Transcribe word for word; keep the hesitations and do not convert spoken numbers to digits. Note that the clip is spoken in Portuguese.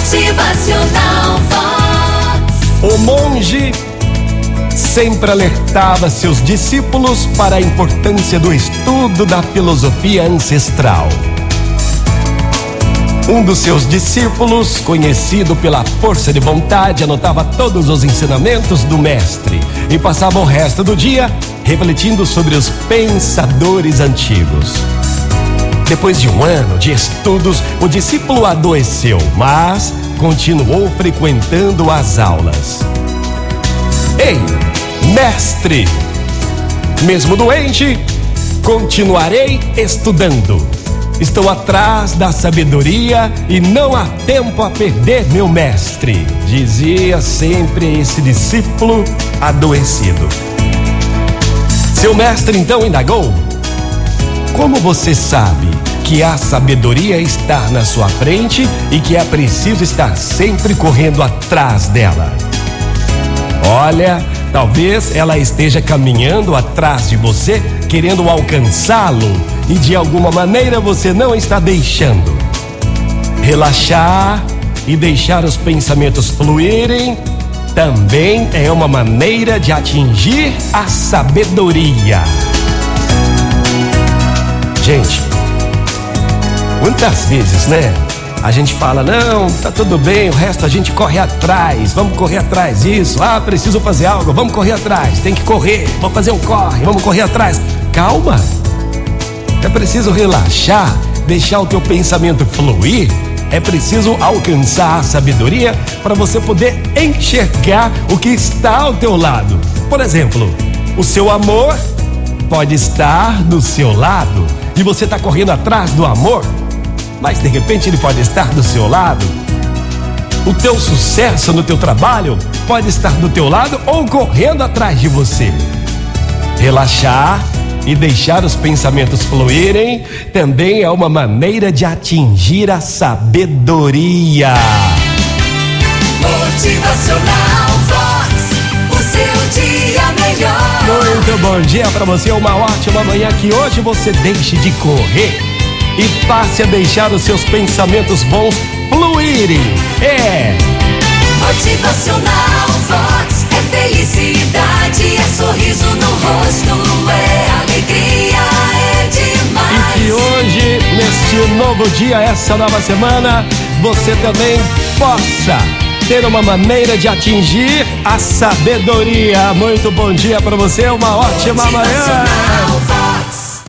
Motivacional Vox. O monge sempre alertava seus discípulos para a importância do estudo da filosofia ancestral. Um dos seus discípulos, conhecido pela força de vontade, anotava todos os ensinamentos do mestre e passava o resto do dia refletindo sobre os pensadores antigos. Depois de um ano de estudos, o discípulo adoeceu, mas continuou frequentando as aulas. Ei, mestre! Mesmo doente, continuarei estudando. Estou atrás da sabedoria e não há tempo a perder, meu mestre, dizia sempre esse discípulo adoecido. Seu mestre então indagou: como você sabe que a sabedoria está na sua frente e que é preciso estar sempre correndo atrás dela? Olha, talvez ela esteja caminhando atrás de você, querendo alcançá-lo, e de alguma maneira você não está deixando. Relaxar e deixar os pensamentos fluírem também é uma maneira de atingir a sabedoria. Gente, muitas vezes, né? A gente fala, não, tá tudo bem, o resto a gente corre atrás, vamos correr atrás disso, ah, preciso fazer algo, vamos correr atrás, tem que correr, vamos fazer um corre, vamos correr atrás. Calma, é preciso relaxar, deixar o teu pensamento fluir, é preciso alcançar a sabedoria para você poder enxergar o que está ao teu lado. Por exemplo, o seu amor pode estar do seu lado e você está correndo atrás do amor, mas de repente ele pode estar do seu lado. O teu sucesso no teu trabalho pode estar do teu lado ou correndo atrás de você. Relaxar e deixar os pensamentos fluírem também é uma maneira de atingir a sabedoria. Motivacional Vox, o seu dia melhor. Muito bom dia para você, uma ótima manhã, que hoje você deixe de correr e passe a deixar os seus pensamentos bons fluírem. É Motivacional Vox, é felicidade, é sorriso no rosto, é alegria, é demais. E que hoje, neste novo dia, essa nova semana, você também possa ter uma maneira de atingir a sabedoria. Muito bom dia para você, uma ótima manhã.